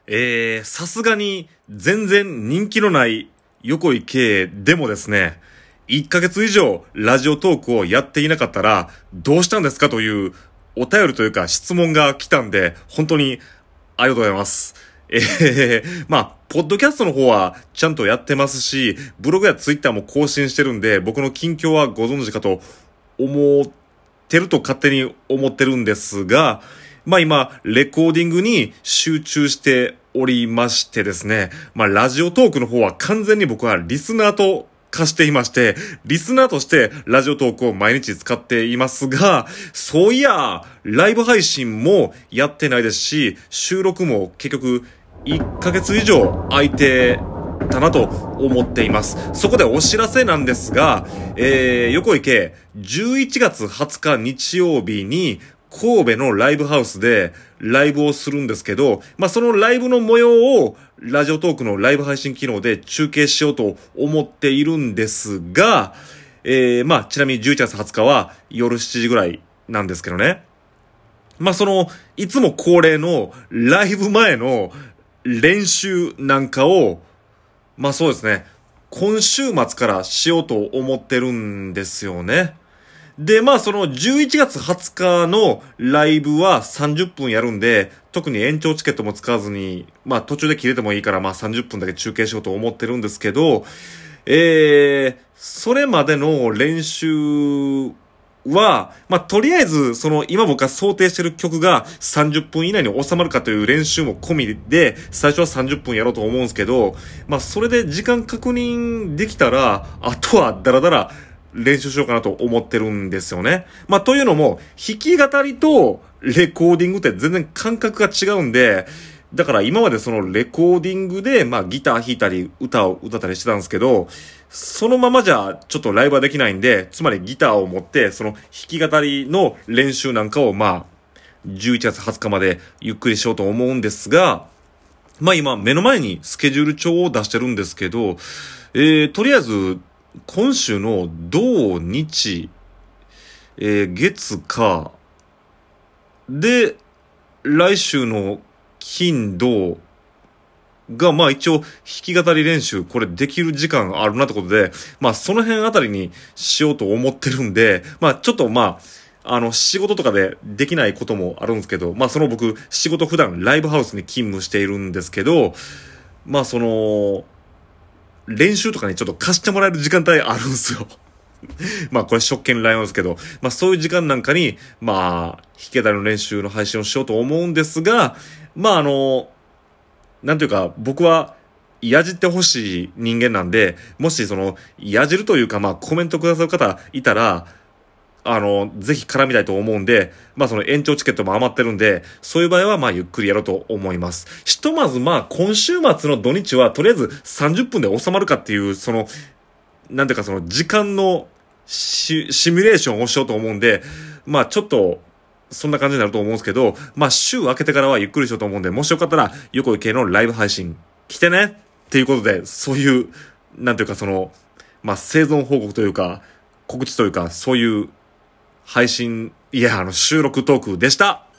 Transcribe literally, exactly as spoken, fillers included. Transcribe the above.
えー、さすがに全然人気のない横井圭でもですね、いっかげつ以上ラジオトークをやっていなかったらどうしたんですかというお便りというか質問が来たんで、本当にありがとうございます。えー、まあ、ポッドキャストの方はちゃんとやってますし、ブログやツイッターも更新してるんで、僕の近況はご存知かと思ってると勝手に思ってるんですが、まあ今、レコーディングに集中しておりましてですね、まあラジオトークの方は完全に僕はリスナーと化していまして、リスナーとしてラジオトークを毎日使っていますが、そういや、ライブ配信もやってないですし、収録も結局いっかげつ以上空いてたなと思っています。そこでお知らせなんですが、えー、横井圭、じゅういちがつはつか日曜日に神戸のライブハウスでライブをするんですけど、まあ、そのライブの模様をラジオトークのライブ配信機能で中継しようと思っているんですが、えー、まあ、ちなみにじゅういちがつはつかは夜しちじぐらいなんですけどね。まあ、その、いつも恒例のライブ前の練習なんかを、まあそうですね、今週末からしようと思ってるんですよね。で、まあそのじゅういちがつはつかのライブはさんじゅっぷんやるんで、特に延長チケットも使わずに、まあ途中で切れてもいいからまあさんじゅっぷんだけ中継しようと思ってるんですけど、えー、それまでの練習は、まあとりあえずその今僕が想定してる曲がさんじゅっぷん以内に収まるかという練習も込みで、最初はさんじゅっぷんやろうと思うんですけど、まあそれで時間確認できたら、あとはダラダラ練習しようかなと思ってるんですよね。まあ、というのも、弾き語りとレコーディングって全然感覚が違うんで、だから今までそのレコーディングで、まあ、ギター弾いたり、歌を歌ったりしてたんですけど、そのままじゃちょっとライブはできないんで、つまりギターを持って、その弾き語りの練習なんかを、まあ、じゅういちがつはつかまでゆっくりしようと思うんですが、まあ今、目の前にスケジュール帳を出してるんですけど、えー、とりあえず、今週の土日、えー、月火で、来週の金土が、まあ一応弾き語り練習、これできる時間あるなってことで、まあその辺あたりにしようと思ってるんで、まあちょっとまあ、あの仕事とかでできないこともあるんですけど、まあその僕仕事普段ライブハウスに勤務しているんですけど、まあその、練習とかにちょっと貸してもらえる時間帯あるんですよ。まあこれ職権乱用ですけど、まあそういう時間なんかに、まあ弾き語りの練習の配信をしようと思うんですが、まああの、なんていうか僕はやじってほしい人間なんで、もしその、やじるというかまあコメントくださる方いたら、あの、ぜひ絡みたいと思うんで、まあその延長チケットも余ってるんで、そういう場合はまあゆっくりやろうと思います。ひとまずまあ今週末の土日はとりあえずさんじゅっぷんで収まるかっていう、その、なんていうかその時間のシ、シミュレーションをしようと思うんで、まあちょっと、そんな感じになると思うんですけど、まあ週明けてからはゆっくりしようと思うんで、もしよかったら横井系のライブ配信来てねっていうことで、そういう、なんていうかその、まあ生存報告というか、告知というか、そういう、配信、いや、あの、収録トークでした。